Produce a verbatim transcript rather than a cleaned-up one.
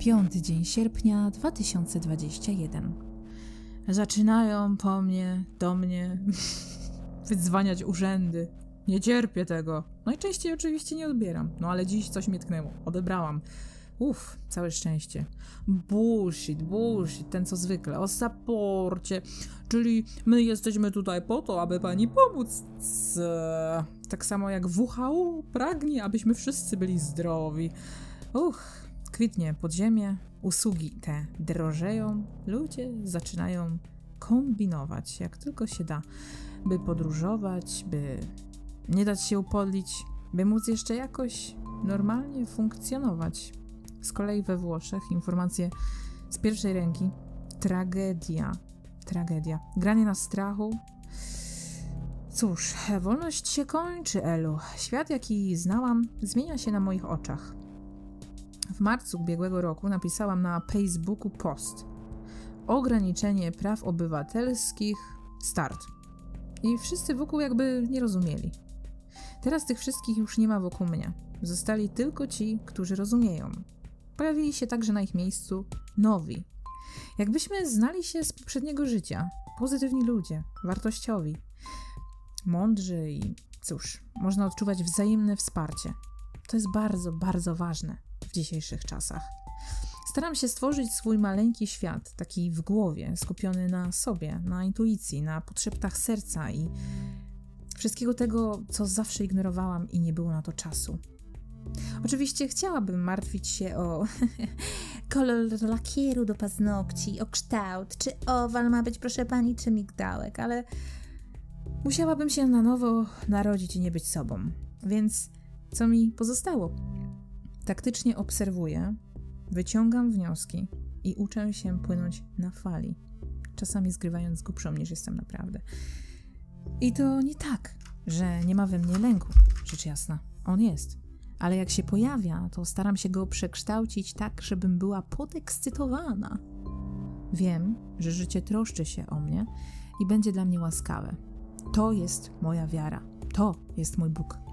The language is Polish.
Piąty dzień sierpnia dwa tysiące dwudziestego pierwszego. Zaczynają po mnie, do mnie wydzwaniać urzędy. Nie cierpię tego. Najczęściej oczywiście nie odbieram. No ale dziś coś mnie tknęło. Odebrałam. Uff, całe szczęście. Bullshit, bullshit, ten co zwykle. O saporcie. Czyli my jesteśmy tutaj po to, aby pani pomóc. C- tak samo jak W H O pragnie, abyśmy wszyscy byli zdrowi. Uff, kwitnie podziemie. Usługi te drożeją. Ludzie zaczynają kombinować, jak tylko się da, by podróżować, by nie dać się upodlić, by móc jeszcze jakoś normalnie funkcjonować. Z kolei we Włoszech informacje z pierwszej ręki. Tragedia. Tragedia. Granie na strachu. Cóż, wolność się kończy, Elu. Świat, jaki znałam, zmienia się na moich oczach. W marcu ubiegłego roku napisałam na Facebooku post. Ograniczenie praw obywatelskich. Start. I wszyscy wokół jakby nie rozumieli. Teraz tych wszystkich już nie ma wokół mnie. Zostali tylko ci, którzy rozumieją. Pojawili się także na ich miejscu nowi. Jakbyśmy znali się z poprzedniego życia. Pozytywni ludzie, wartościowi, mądrzy i cóż, można odczuwać wzajemne wsparcie. To jest bardzo, bardzo ważne w dzisiejszych czasach. Staram się stworzyć swój maleńki świat, taki w głowie, skupiony na sobie, na intuicji, na potrzebach serca i wszystkiego tego, co zawsze ignorowałam i nie było na to czasu. Oczywiście chciałabym martwić się o kolor lakieru do paznokci, o kształt, czy owal ma być, proszę pani, czy migdałek, ale musiałabym się na nowo narodzić i nie być sobą. Więc co mi pozostało? Taktycznie obserwuję, wyciągam wnioski i uczę się płynąć na fali, czasami zgrywając głupszą niż jestem naprawdę. I to nie tak, że nie ma we mnie lęku, rzecz jasna, on jest. Ale jak się pojawia, to staram się go przekształcić tak, żebym była podekscytowana. Wiem, że życie troszczy się o mnie i będzie dla mnie łaskawe. To jest moja wiara. To jest mój Bóg.